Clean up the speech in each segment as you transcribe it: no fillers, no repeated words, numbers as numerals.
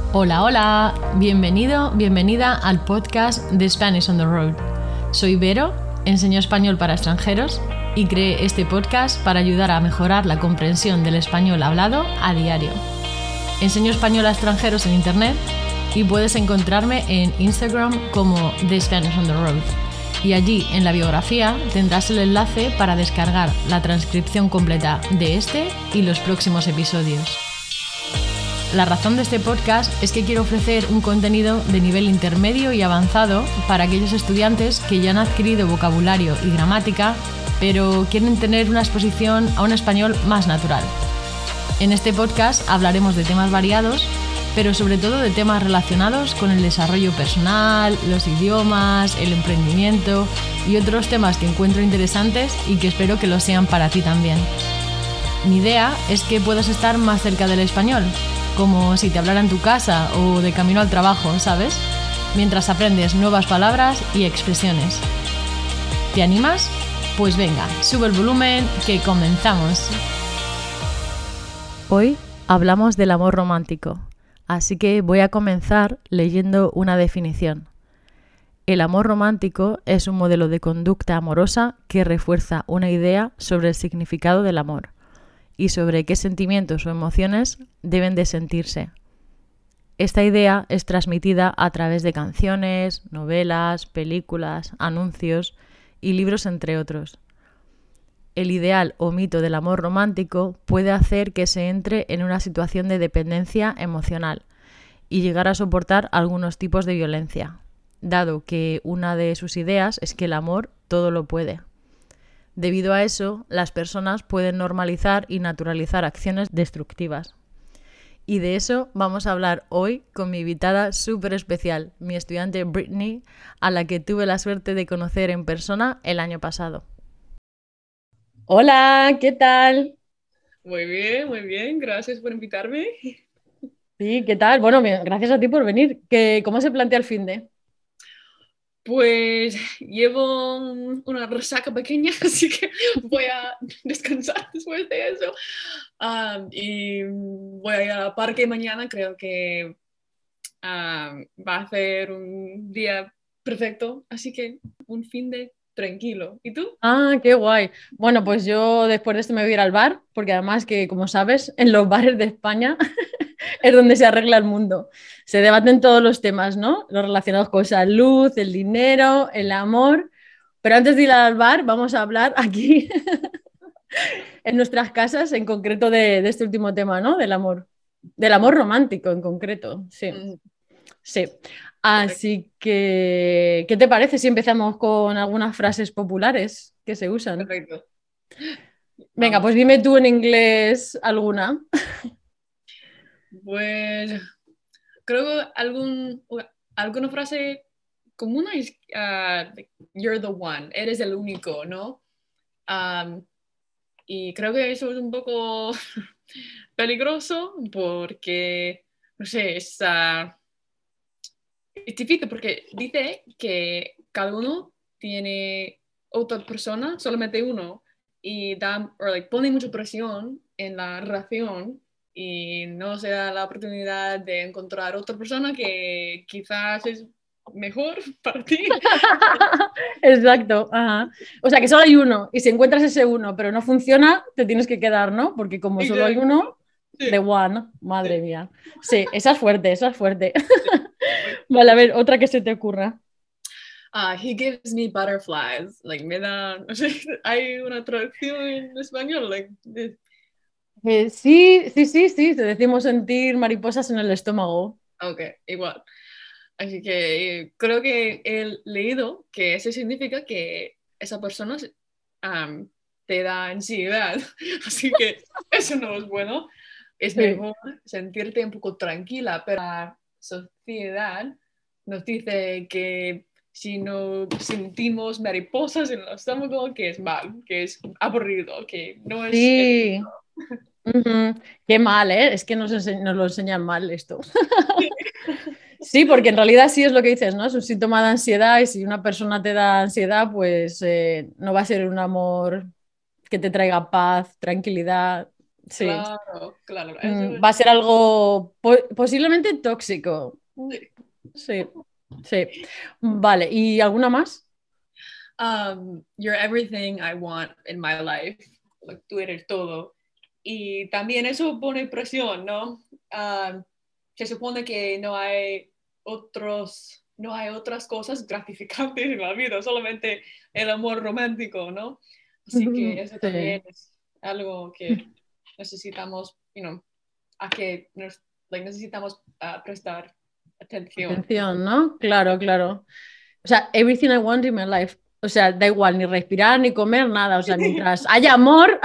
Hola, hola, bienvenido, bienvenida al podcast de Spanish on the Road. Soy Vero, enseño español para extranjeros y creé este podcast para ayudar a mejorar la comprensión del español hablado a diario. Enseño español a extranjeros en internet y puedes encontrarme en Instagram como The Spanish on the Road. Y allí, en la biografía, tendrás el enlace para descargar la transcripción completa de este y los próximos episodios. La razón de este podcast es que quiero ofrecer un contenido de nivel intermedio y avanzado para aquellos estudiantes que ya han adquirido vocabulario y gramática, pero quieren tener una exposición a un español más natural. En este podcast hablaremos de temas variados, pero sobre todo de temas relacionados con el desarrollo personal, los idiomas, el emprendimiento y otros temas que encuentro interesantes y que espero que lo sean para ti también. Mi idea es que puedas estar más cerca del español, como si te hablara en tu casa o de camino al trabajo, ¿sabes? Mientras aprendes nuevas palabras y expresiones. ¿Te animas? Pues venga, sube el volumen, que comenzamos. Hoy hablamos del amor romántico, así que voy a comenzar leyendo una definición. El amor romántico es un modelo de conducta amorosa que refuerza una idea sobre el significado del amor y sobre qué sentimientos o emociones deben de sentirse. Esta idea es transmitida a través de canciones, novelas, películas, anuncios y libros, entre otros. El ideal o mito del amor romántico puede hacer que se entre en una situación de dependencia emocional y llegar a soportar algunos tipos de violencia, dado que una de sus ideas es que el amor todo lo puede. Debido a eso, las personas pueden normalizar y naturalizar acciones destructivas. Y de eso vamos a hablar hoy con mi invitada súper especial, mi estudiante Brittany, a la que tuve la suerte de conocer en persona el año pasado. Hola, ¿qué tal? Muy bien, gracias por invitarme. Sí, ¿qué tal? Bueno, gracias a ti por venir. ¿Cómo se plantea el finde? Pues llevo una resaca pequeña, así que voy a descansar después de eso. Y voy a ir al parque mañana, creo que va a ser un día perfecto, así que un finde tranquilo. ¿Y tú? Ah, qué guay. Bueno, pues yo después de esto me voy a ir al bar, porque además que, como sabes, en los bares de España es donde se arregla el mundo. Se debaten todos los temas, ¿no? Los relacionados con salud, el dinero, el amor. Pero antes de ir al bar, vamos a hablar aquí en nuestras casas, en concreto de este último tema, ¿no? Del amor. Del amor romántico, en concreto. Sí, Mm, sí. correcto. Así que, ¿qué te parece si empezamos con algunas frases populares que se usan? Perfecto. Venga, pues Vamos. dime tú en inglés alguna. Pues creo que alguna frase común es you're the one, eres el único, ¿no? Um, y creo que eso es un poco peligroso porque, no sé, es difícil porque dice que cada uno tiene otra persona, solamente uno, y pone mucha presión en la relación y no se da la oportunidad de encontrar otra persona que quizás es mejor para ti. Exacto, ajá. O sea que solo hay uno y si encuentras ese uno pero no funciona, te tienes que quedar, ¿no? Porque como solo hay Exacto. uno, the Sí, one, madre sí, mía. Sí, esa es fuerte, esa es fuerte. sí. Vale, a ver, otra que se te ocurra. He gives me butterflies. Like, me da, no sé, hay una traducción en español. Sí, sí, sí, sí, te decimos sentir mariposas en el estómago. Ok, igual. Así que creo que he leído que eso significa que esa persona um, te da ansiedad. Así que eso no es bueno. Es Sí. mejor sentirte un poco tranquila, pero la sociedad nos dice que si no sentimos mariposas en el estómago, que es mal, que es aburrido, que no es... Sí. Ujú. Qué mal, ¿eh? Es que nos lo enseñan mal esto. Sí, porque en realidad sí es lo que dices, ¿no? Es un síntoma de ansiedad y si una persona te da ansiedad, pues no va a ser un amor que te traiga paz, tranquilidad. Sí. Claro, claro. Eso Va a ser algo posiblemente tóxico. sí. Sí, sí. Vale, ¿y alguna más? You're everything I want in my life. Like, tú eres todo. Y también eso pone presión, ¿no? Se supone que no hay otras cosas gratificantes en la vida, solamente el amor romántico, ¿no? Así que eso también Sí. es algo que necesitamos, necesitamos prestar atención. Atención, ¿no? Claro, claro. O sea, everything I want in my life. O sea, da igual ni respirar ni comer nada. O sea, mientras haya amor,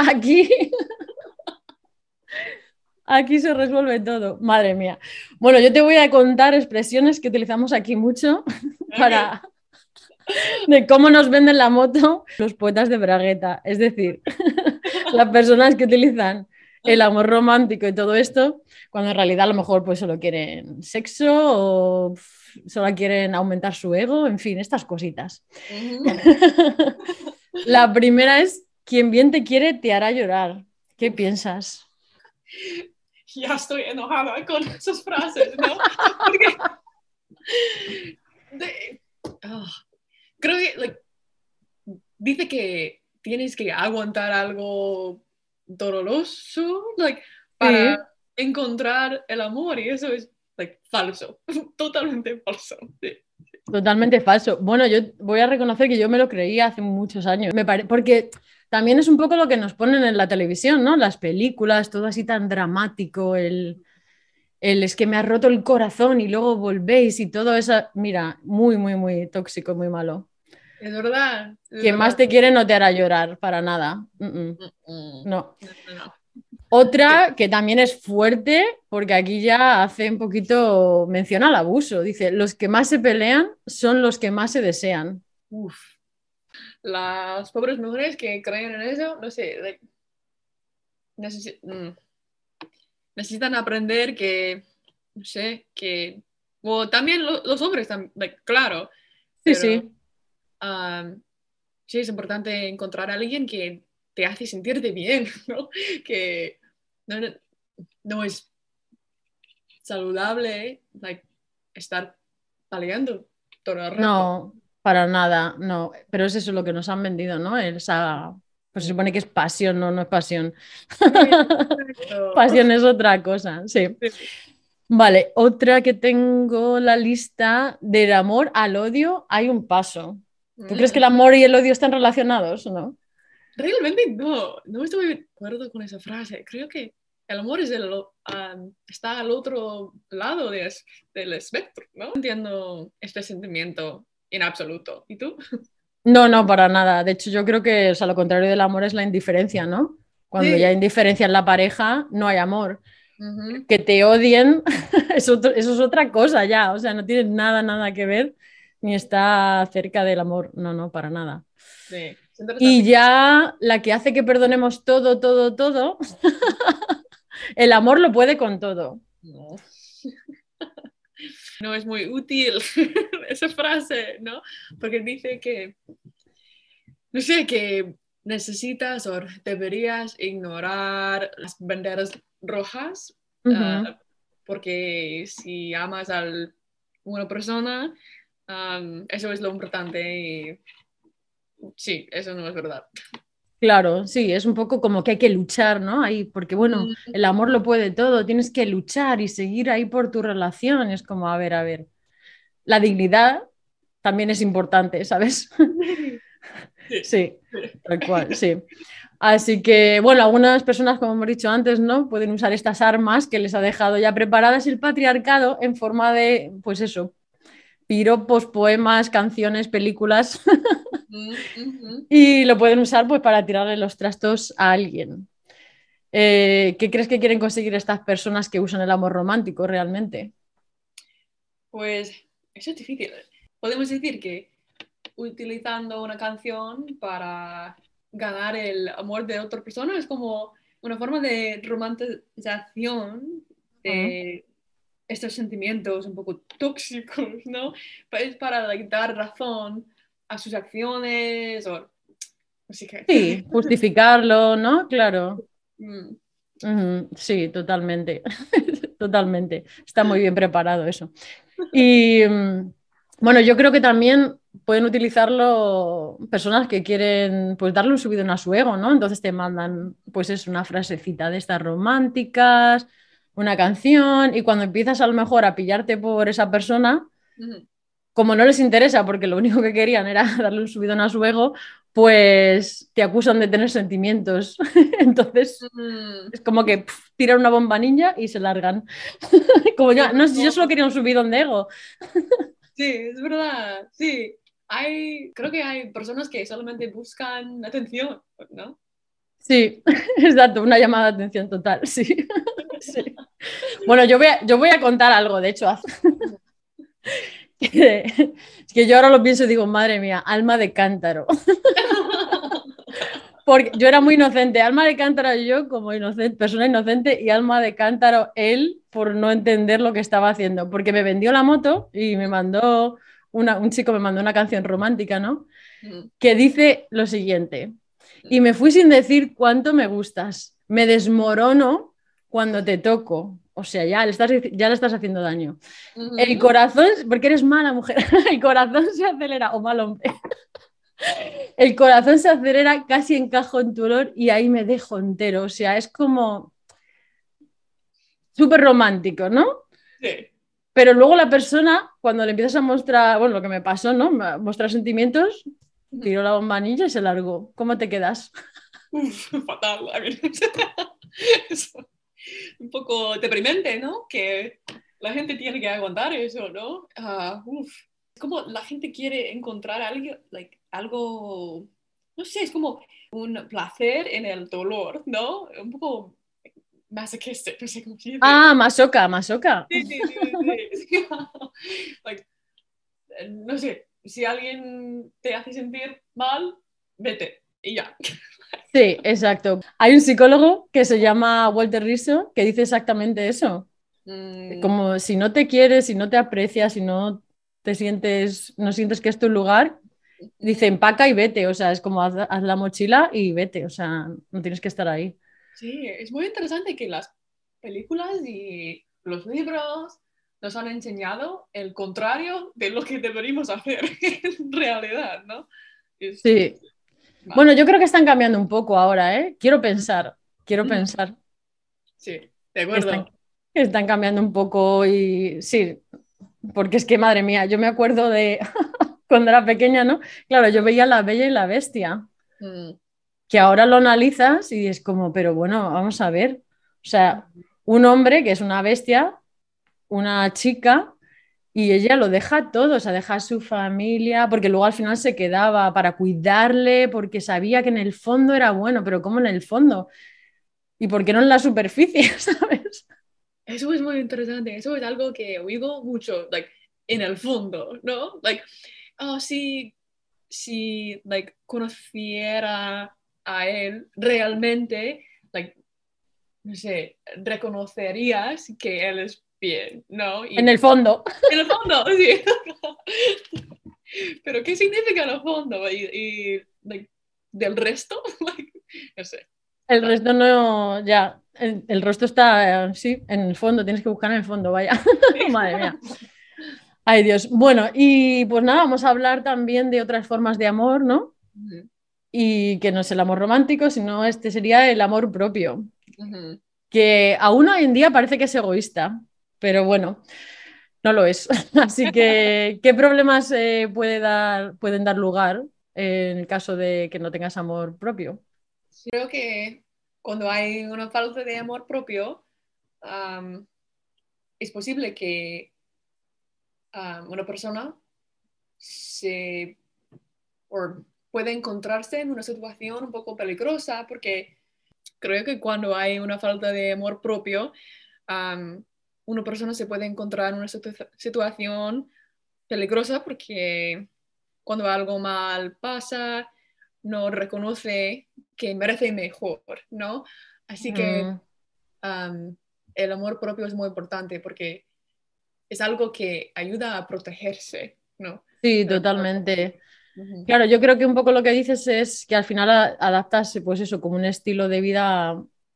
aquí se resuelve todo. Madre mía. Bueno, yo te voy a contar expresiones que utilizamos aquí mucho Okay. para de cómo nos venden la moto los poetas de Bragueta. Es decir, las personas que utilizan el amor romántico y todo esto, cuando en realidad a lo mejor pues solo quieren sexo o solo quieren aumentar su ego, en fin, estas cositas. Ujú. La primera es, quien bien te quiere te hará llorar. ¿Qué Uf. piensas? Ya estoy enojada con esas frases, ¿no? Porque de- ah, creo que dice que tienes que aguantar algo doloroso para Sí, encontrar el amor y eso es falso, totalmente falso. Sí. totalmente falso. Bueno, yo voy a reconocer que yo me lo creía hace muchos años. Porque también es un poco lo que nos ponen en la televisión, ¿no? Las películas, todo así tan dramático, el es que me ha roto el corazón y luego volvéis y todo eso. Mira, muy, muy, muy tóxico, muy malo. Es verdad, es Quien más verdad. te quiere no te hará llorar para nada. Mm. No. No, no, no. Sí. Otra que también es fuerte, porque aquí ya hace un poquito mención al abuso. Dice, los que más se pelean son los que más se desean. Uf. Las pobres mujeres que creen en eso, no sé, necesi- mm, necesitan aprender que, no sé, o también los hombres, claro, Sí, pero sí. um, sí es importante encontrar a alguien que te hace sentirte bien, ¿no? Que no, no es saludable, estar peleando todo el rato. No, para nada, no. Pero es eso lo que nos han vendido, ¿no? Esa, pues se Mm. supone que es pasión, no, no es pasión. Exacto. Pasión es otra cosa, sí. Sí. Vale, otra que tengo la lista del amor al odio, hay un paso. ¿Tú crees que Mm. el amor y el odio están relacionados o no? Realmente no estoy de acuerdo con esa frase. Creo que el amor está al otro lado del espectro, ¿no? No entiendo este sentimiento en absoluto. ¿Y tú? No, no, para nada. De hecho, yo creo que, o sea, lo contrario del amor es la indiferencia, ¿no? Cuando ya hay Sí. indiferencia en la pareja, no hay amor. Ujú. Que te odien, eso es otra cosa ya. O sea, no tiene nada, nada que ver, ni está cerca del amor. No, no, para nada. Sí, es Y interesante. ya la que hace que perdonemos todo, todo, todo, el amor lo puede con todo. No. No es muy útil esa frase, ¿no? Porque dice que, no sé, que necesitas o deberías ignorar las banderas rojas, Ujú. ah, porque si amas a una persona, eso es lo importante y sí, eso no es verdad. Claro, sí, es un poco como que hay que luchar, ¿no? Ahí, porque bueno, Mm. el amor lo puede todo, tienes que luchar y seguir ahí por tu relación. Es como, a ver, la dignidad también es importante, ¿sabes? Sí, Sí, sí. tal cual, sí. Así que, bueno, algunas personas, como hemos dicho antes, ¿no? Pueden usar estas armas que les ha dejado ya preparadas el patriarcado en forma de, pues eso, piropos, poemas, canciones, películas, Mm, ujú. y lo pueden usar pues para tirarle los trastos a alguien. ¿Qué crees que quieren conseguir estas personas que usan el amor romántico realmente? Pues eso es difícil. Podemos decir que utilizando una canción para ganar el amor de otra persona es como una forma de romantización Mm. de estos sentimientos un poco tóxicos, ¿no? Es para dar razón a sus acciones o no sé qué decir. Sí, justificarlo, ¿no? Claro. Mm. Sí, totalmente. Totalmente. Está muy bien preparado eso. Y bueno, yo creo que también pueden utilizarlo personas que quieren pues darle un subidón a su ego, ¿no? Entonces te mandan pues es una frasecita de estas románticas, una canción, y cuando empiezas a lo mejor a pillarte por esa persona, Ujú. como no les interesa porque lo único que querían era darle un subidón a su ego, pues te acusan de tener sentimientos. Entonces Mm, es como que tiran una bomba ninja y se largan. Como ya, es no, yo solo como- quería un subidón de ego. Sí, es verdad, sí. Creo que hay personas que solamente buscan atención, ¿no? Sí, exacto, una llamada de atención total, sí. Sí. Bueno, yo voy a contar algo, de hecho, es que yo ahora lo pienso y digo, madre mía, alma de cántaro. Porque yo era muy inocente, alma de cántaro yo como inocente, persona inocente y alma de cántaro él por no entender lo que estaba haciendo. Porque me vendió la moto y me mandó, un chico me mandó una canción romántica, ¿no? Ujú. Que dice lo siguiente, y me fui sin decir cuánto me gustas, me desmorono cuando te toco, o sea, ya le estás haciendo daño. El Ujú. corazón, porque eres mala mujer, el corazón se acelera, o mal hombre, el corazón se acelera, casi encajo en tu olor y ahí me dejo entero, o sea, es como súper romántico, ¿no? Sí. Pero luego la persona, cuando le empiezas a mostrar, bueno, lo que me pasó, ¿no? Mostrar sentimientos, Ujú. tiró la bombanilla y se largó. ¿Cómo te quedas? Uf, fatal. Es un poco deprimente, ¿no? Que la gente tiene que aguantar eso, ¿no? Uf. Es como la gente quiere encontrar algo, algo, no sé, es como un placer en el dolor, ¿no? Un poco masoquista, no sé cómo se dice. Ah, masoca, masoca. Sí, sí, sí, sí. Like, no sé, si alguien te hace sentir mal, vete y ya. Sí, exacto. Hay un psicólogo que se llama Walter Rizzo que dice exactamente eso. Mm, Como si no te quieres, si no te aprecias, si no te sientes, no sientes que es tu lugar, dice mm. empaca y vete. O sea, es como haz la mochila y vete. O sea, no tienes que estar ahí. Sí, es muy interesante que las películas y los libros nos han enseñado el contrario de lo que deberíamos hacer en realidad, ¿no? Es Sí. mal. Bueno, yo creo que están cambiando un poco ahora, ¿eh? Quiero Mm, pensar sí, de que están, acuerdo. que están cambiando un poco y sí, porque es que, madre mía, yo me acuerdo de cuando era pequeña, ¿no? Claro, yo veía La Bella y la Bestia, Mm, que ahora lo analizas y es como, pero bueno, vamos a ver. O sea, un hombre que es una bestia, una chica, y ella lo deja todo, o sea, deja a su familia, porque luego al final se quedaba para cuidarle, porque sabía que en el fondo era bueno, pero ¿cómo en el fondo? ¿Y por qué no en la superficie, sabes? eso es muy interesante. Eso es algo que oigo mucho, en el fondo, ¿no? Si conociera a él realmente, no sé, reconocerías que él es bien, ¿no? En Y el fondo. en el fondo, sí. Pero ¿qué significa en el fondo? Del resto, no sé. El Fatal. resto no, ya, el resto está, sí, en el fondo, tienes que buscar en el fondo, vaya. Madre mía. Ay, Dios. Bueno, y pues nada, vamos a hablar también de otras formas de amor, ¿no? Ujú, Y que no es el amor romántico, sino este sería el amor propio, ujú. que aún hoy en día parece que es egoísta, pero bueno, no lo es. Así que, ¿qué problemas pueden dar lugar en el caso de que no tengas amor propio? Creo que cuando hay una falta de amor propio, am, es posible que una persona se o puede encontrarse en una situación un poco peligrosa porque creo que cuando hay una falta de amor propio, um, una persona se puede encontrar en una situación peligrosa porque cuando algo mal pasa, no reconoce que merece mejor, ¿no? Así que Mm, um, el amor propio es muy importante porque es algo que ayuda a protegerse, ¿no? sí, El amor propio. totalmente. Ujú. Claro, yo creo que un poco lo que dices es que al final adaptarse, pues eso, como un estilo de vida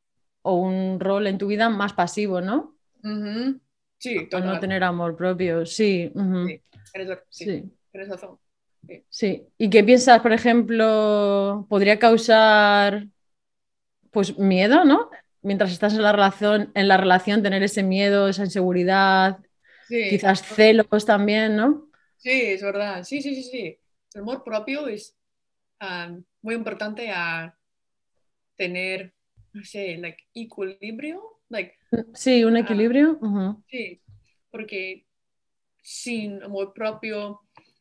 o un rol en tu vida más pasivo, ¿no? Ujú. Sí, Al no total. tener amor propio, sí. Sí, sí, Sí, tienes razón. Sí. sí. ¿Y qué piensas, por ejemplo, podría causar pues miedo, ¿no? Mientras estás en la relación, tener ese miedo, esa inseguridad, Sí, quizás celos también, ¿no? sí, es verdad. Sí, sí, sí, sí. El amor propio es muy importante a tener, no sé, like, equilibrio. Like, Sí, un ah, equilibrio. Ujú. sí, porque sin amor propio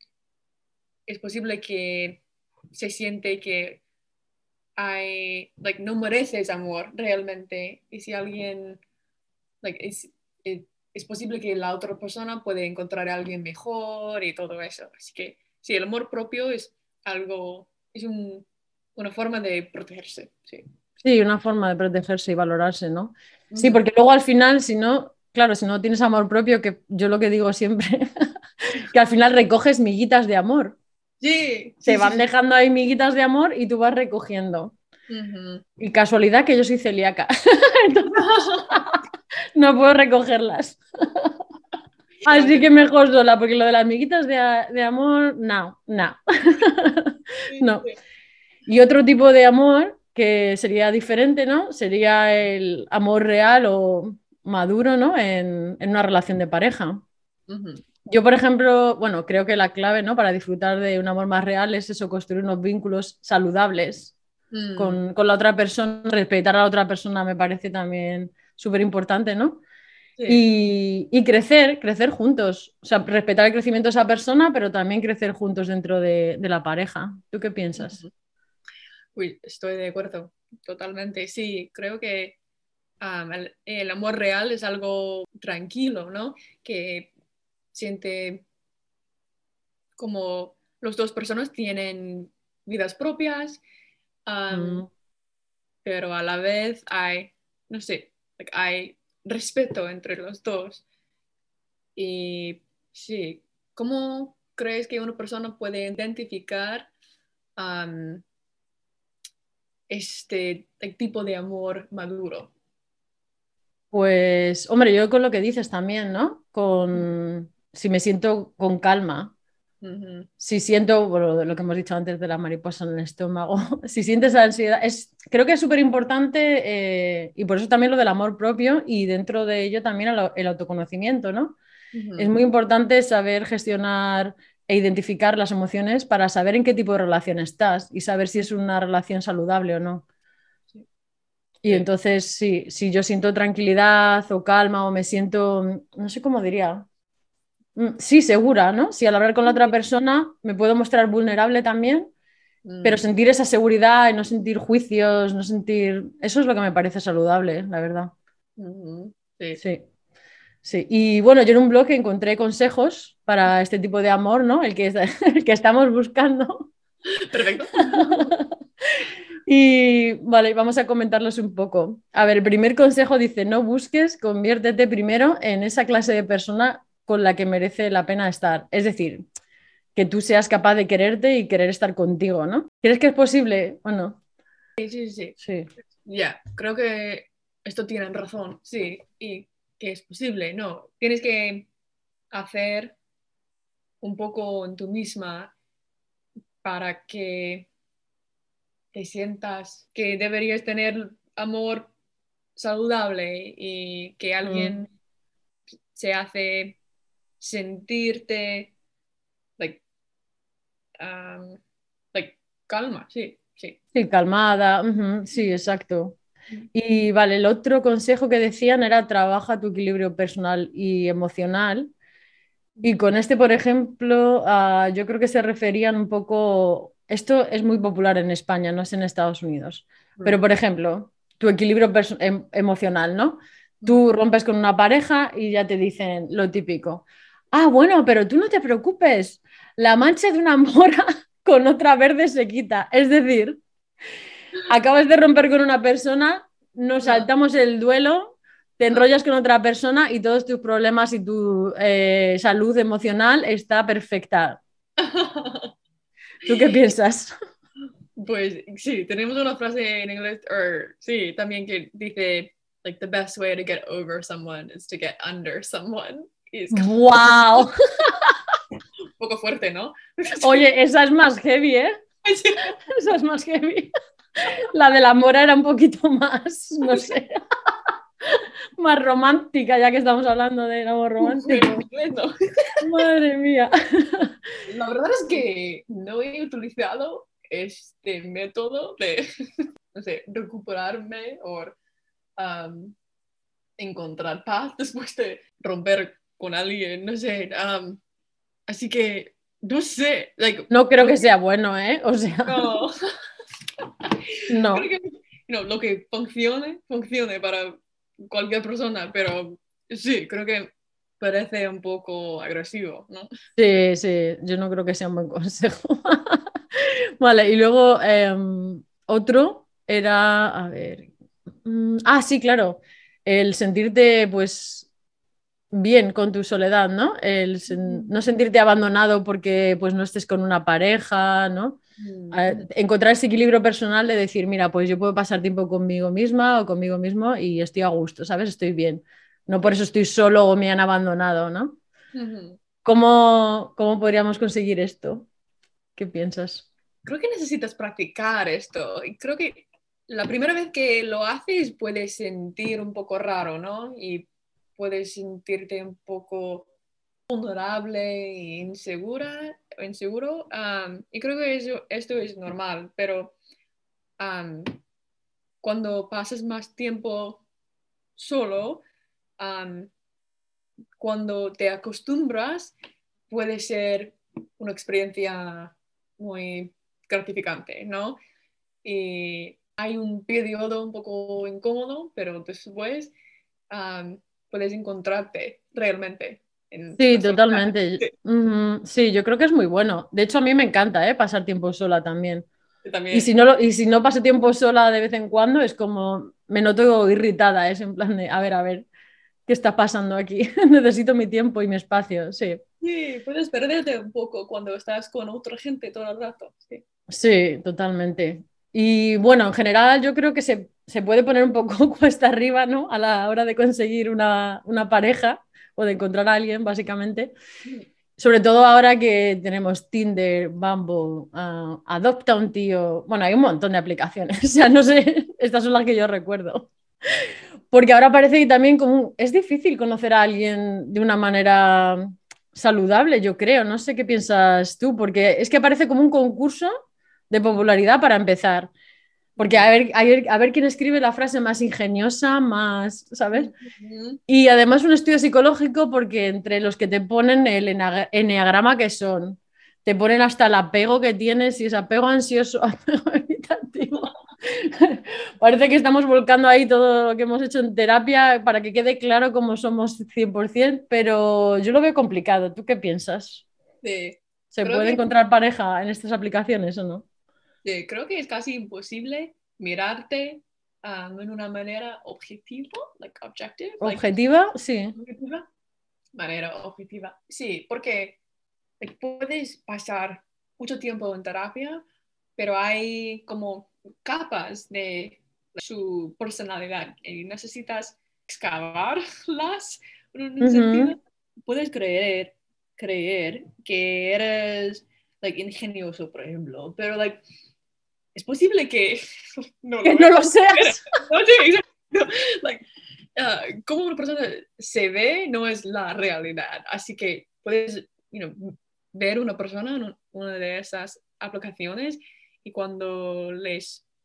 es posible que se siente que like, no mereces amor realmente. Y si alguien, like, es posible que la otra persona puede encontrar a alguien mejor y todo eso. Así que sí, el amor propio es algo, es una forma de protegerse. Sí. Sí, una forma de protegerse y valorarse, ¿no? Sí, Ujú. porque luego al final, si no, claro, si no tienes amor propio, que yo lo que digo siempre, que al final recoges miguitas de amor. Sí, Te sí, sí, van sí. dejando ahí miguitas de amor y tú vas recogiendo. Ujú. Y casualidad que yo soy celíaca, entonces no puedo recogerlas. No, Así que mejor sola, porque lo de las miguitas de amor, no, no. sí, No. sí. Y otro tipo de amor que sería diferente, ¿no? Sería el amor real o maduro, ¿no? En una relación de pareja. Ujú. Yo, por ejemplo, bueno, creo que la clave, ¿no? Para disfrutar de un amor más real es eso, construir unos vínculos saludables Mm, con la otra persona, respetar a la otra persona me parece también súper importante, ¿no? sí. Y crecer juntos, o sea, respetar el crecimiento de esa persona, pero también crecer juntos dentro de la pareja. ¿Tú qué piensas? Ujú. Uy, estoy de acuerdo, totalmente. Sí, creo que el amor real es algo tranquilo, ¿no? Que siente como los dos personas tienen vidas propias, am, Mm. pero a la vez hay, no sé, like, hay respeto entre los dos. Y sí, ¿cómo crees que una persona puede identificar am, este tipo de amor maduro? Pues, hombre, yo con lo que dices también, ¿no? Con si me siento con calma, Ujú. si siento, bueno, lo que hemos dicho antes de la mariposa en el estómago, si sientes ansiedad, creo que es súper importante y por eso también lo del amor propio y dentro de ello también el autoconocimiento, ¿no? Es Ujú. muy importante saber gestionar e identificar las emociones para saber en qué tipo de relación estás y saber si es una relación saludable o no. Sí, Y sí. entonces, sí, si yo siento tranquilidad o calma o me siento, no sé cómo diría, sí, segura, ¿no? Si al hablar con la otra persona me puedo mostrar vulnerable también, pero Mm, sentir esa seguridad y no sentir juicios, no sentir... Eso es lo que me parece saludable, la verdad. ujú. Sí. Sí, sí. Y bueno, yo en un blog encontré consejos para este tipo de amor, ¿no? El que estamos buscando. Perfecto. Y vale, vamos a comentarlos un poco. A ver, el primer consejo dice, no busques, conviértete primero en esa clase de persona con la que merece la pena estar. Es decir, que tú seas capaz de quererte y querer estar contigo, ¿no? ¿Crees que es posible o no? Sí, sí, sí. Sí. Ya, creo que esto tienen razón, sí, y que es posible, no. Tienes que hacer un poco en tú misma para que te sientas que deberías tener amor saludable y que Mm. alguien se hace sentirte like, um, like calma, sí, sí. Sí, calmada, ujú, sí, exacto. Y vale, el otro consejo que decían era trabaja tu equilibrio personal y emocional. Y con este, por ejemplo, yo creo que se referían un poco, esto es muy popular en España, no es en Estados Unidos, pero por ejemplo, tu equilibrio emocional, ¿no? Tú rompes con una pareja y ya te dicen lo típico. Ah, bueno, pero tú no te preocupes, la mancha de una mora con otra verde se quita. Es decir, acabas de romper con una persona, nos No. saltamos el duelo, te Ajá. enrollas con otra persona y todos tus problemas y tu salud emocional está perfecta. ¿Tú qué piensas? Pues sí, tenemos una frase en inglés, sí, también que dice, like the best way to get over someone is to get under someone. Y es ¡Wow! un poco fuerte, ¿no? Oye, esa es más heavy, ¿eh? Esa es más heavy. La de la mora era un poquito más, no sé, más romántica, ya que estamos hablando de amor romántico. Bueno, Madre mía. la verdad es que no he utilizado este método de, no sé, recuperarme o encontrar paz después de romper con alguien, no sé. Así que, no sé. Like, No creo que sea bueno, ¿eh? O sea, no. no. Creo que lo que funcione para cualquier persona, pero sí, creo que parece un poco agresivo, ¿no? Sí, sí, yo no creo que sea un buen consejo. Vale, y luego otro era, a ver, sí, claro, el sentirte pues bien con tu soledad, ¿no? No sentirte abandonado porque pues no estés con una pareja, ¿no? Encontrar ese equilibrio personal de decir, mira, pues yo puedo pasar tiempo conmigo misma o conmigo mismo y estoy a gusto, ¿sabes? Estoy bien. No por eso estoy solo o me han abandonado, ¿no? Ujú. ¿Cómo podríamos conseguir esto? ¿Qué piensas? Creo que necesitas practicar esto. Y creo que la primera vez que lo haces puedes sentir un poco raro, ¿no? Y puedes sentirte un poco vulnerable e inseguro. Y creo que esto es normal, pero cuando pasas más tiempo solo, cuando te acostumbras, puede ser una experiencia muy gratificante, ¿no? Y hay un periodo un poco incómodo, pero después puedes encontrarte realmente en Sí, la soledad. totalmente. Sí, Sí, yo creo que es muy bueno. De hecho, a mí me encanta, pasar tiempo sola también. yo Y si también. no, y si no paso tiempo sola de vez en cuando, es como me noto irritada, es en plan de, a ver, ¿qué está pasando aquí? Necesito mi tiempo y mi espacio, sí. Sí, puedes perderte un poco cuando estás con otra gente todo el rato. Sí. Sí, totalmente. Y bueno, en general yo creo que se puede poner un poco cuesta arriba, ¿no? A la hora de conseguir una pareja o de encontrar a alguien, básicamente. Sobre todo ahora que tenemos Tinder, Bumble, Adopta un tío. Bueno, hay un montón de aplicaciones. O sea, no sé, estas son las que yo recuerdo. Porque ahora parece que también es difícil conocer a alguien de una manera saludable, yo creo. No sé qué piensas tú, porque es que parece como un concurso de popularidad para empezar. Porque a ver quién escribe la frase más ingeniosa, más, ¿sabes? Y además un estudio psicológico porque entre los que te ponen el eneagrama que son, te ponen hasta el apego que tienes, si es apego ansioso, apego evitativo. Parece que estamos volcando ahí todo lo que hemos hecho en terapia para que quede claro cómo somos 100%, pero yo lo veo complicado. ¿Tú qué piensas? Sí. ¿Se Creo puede que encontrar pareja en estas aplicaciones o no? Sí, creo que es casi imposible mirarte en una manera objetiva, like objective, ¿Objetiva? Sí. objetiva, manera objetiva. Sí, porque puedes pasar mucho tiempo en terapia, pero hay como capas de su personalidad y necesitas excavarlas en un sentido. Ujú. Puedes creer que eres ingenioso, por ejemplo, pero es posible que no Que lo no es. lo seas. No, sí, exacto. Cómo una persona se ve no es la realidad. Así que puedes ver una persona en una de esas aplicaciones y cuando le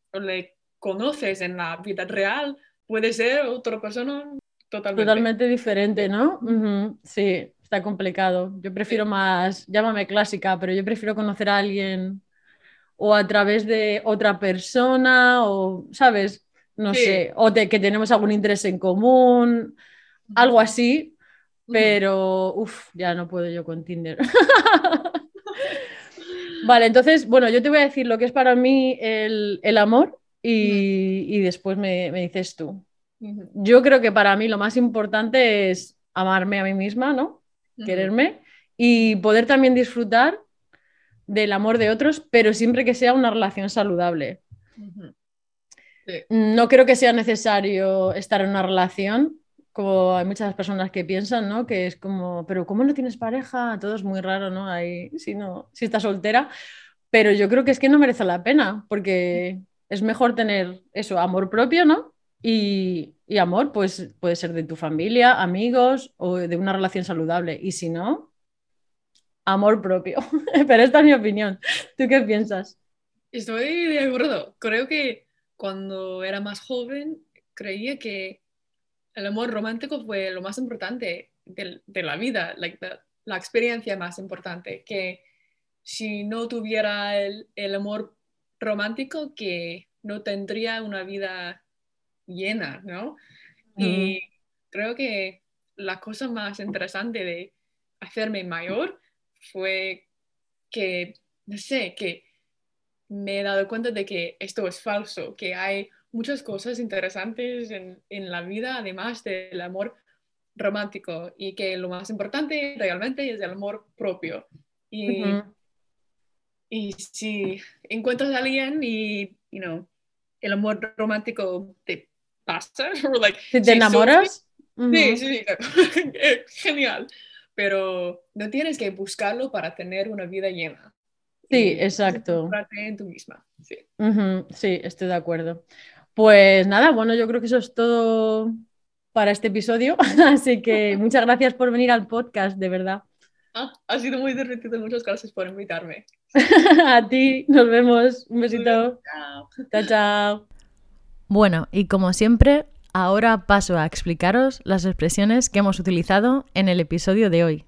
conoces en la vida real, puede ser otra persona totalmente. Totalmente diferente, ¿no? Ujú. Sí, está complicado. Yo prefiero Sí, más, llámame clásica, pero yo prefiero conocer a alguien o a través de otra persona o, ¿sabes? No sí. sé, que tenemos algún interés en común, algo así, pero ya no puedo yo con Tinder. Vale, entonces, bueno, yo te voy a decir lo que es para mí el amor y después me dices tú. Yo creo que para mí lo más importante es amarme a mí misma, ¿no? Quererme y poder también disfrutar del amor de otros, pero siempre que sea una relación saludable. Sí. No creo que sea necesario estar en una relación, como hay muchas personas que piensan, ¿no? Que es como, pero ¿cómo no tienes pareja? Todo es muy raro, ¿no? Ahí, si estás soltera. Pero yo creo que es que no merece la pena, porque es mejor tener eso, amor propio, ¿no? Y amor, pues puede ser de tu familia, amigos o de una relación saludable. Y si no, amor propio. Pero esta es mi opinión. ¿Tú qué piensas? Estoy de acuerdo. Creo que cuando era más joven creía que el amor romántico fue lo más importante de la vida, like la experiencia más importante, que si no tuviera el amor romántico, que no tendría una vida llena, ¿no? Mm, Y creo que la cosa más interesante de hacerme mayor fue que, no sé, que me he dado cuenta de que esto es falso, que hay muchas cosas interesantes en la vida, además del amor romántico, y que lo más importante realmente es el amor propio. Y, ujú. y si encuentras a alguien y, el amor romántico te pasa, o like, Si te si surge, enamoras, sí, ujú. sí, sí, genial, pero no tienes que buscarlo para tener una vida llena. Sí, Y puedes exacto. encontrarte en tú misma. Sí. Ujú, sí, estoy de acuerdo. Pues nada, bueno, yo creo que eso es todo para este episodio. Así que muchas gracias por venir al podcast, de verdad. Ha sido muy divertido. Muchas gracias por invitarme. A ti, nos vemos. Un besito. Chao. Chao, chao. Bueno, y como siempre, ahora paso a explicaros las expresiones que hemos utilizado en el episodio de hoy.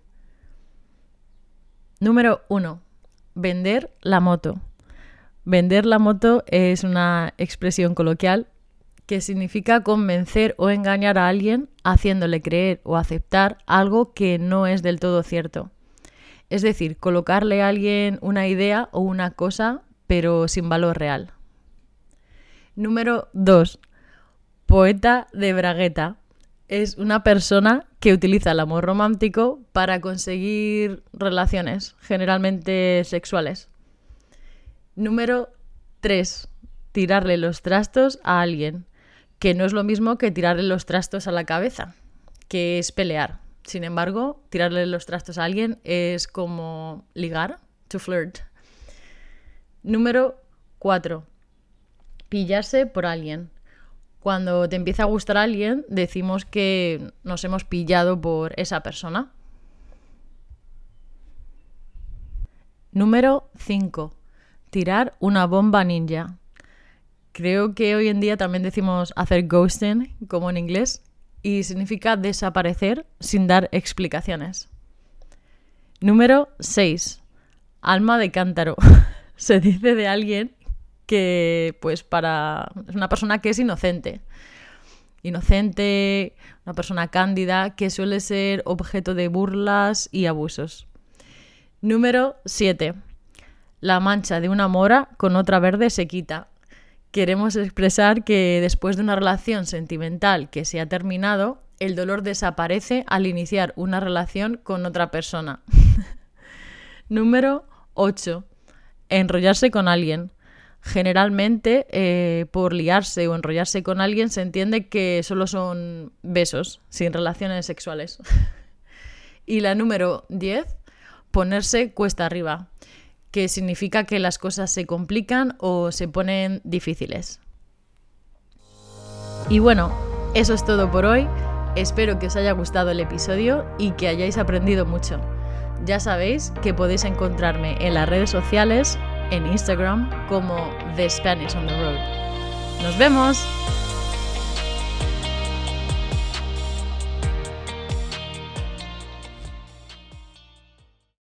Número 1. Vender la moto. Vender la moto es una expresión coloquial que significa convencer o engañar a alguien haciéndole creer o aceptar algo que no es del todo cierto. Es decir, colocarle a alguien una idea o una cosa, pero sin valor real. Número 2. Poeta de bragueta. Es una persona que utiliza el amor romántico para conseguir relaciones, generalmente sexuales. Número 3. Tirarle los trastos a alguien, que no es lo mismo que tirarle los trastos a la cabeza, que es pelear. Sin embargo, tirarle los trastos a alguien es como ligar, to flirt. Número 4. Pillarse por alguien. Cuando te empieza a gustar alguien, decimos que nos hemos pillado por esa persona. Número 5. Tirar una bomba ninja. Creo que hoy en día también decimos hacer ghosting, como en inglés, y significa desaparecer sin dar explicaciones. Número 6. Alma de cántaro. Se dice de alguien que, pues, es una persona que es inocente. Inocente, una persona cándida, que suele ser objeto de burlas y abusos. Número 7. La mancha de una mora con otra verde se quita. Queremos expresar que después de una relación sentimental que se ha terminado, el dolor desaparece al iniciar una relación con otra persona. Número 8. Enrollarse con alguien. Generalmente, por liarse o enrollarse con alguien se entiende que solo son besos, sin relaciones sexuales. Y la número 10. Ponerse cuesta arriba, que significa que las cosas se complican o se ponen difíciles. Y bueno, eso es todo por hoy. Espero que os haya gustado el episodio y que hayáis aprendido mucho. Ya sabéis que podéis encontrarme en las redes sociales, en Instagram, como The Spanish on the Road. ¡Nos vemos!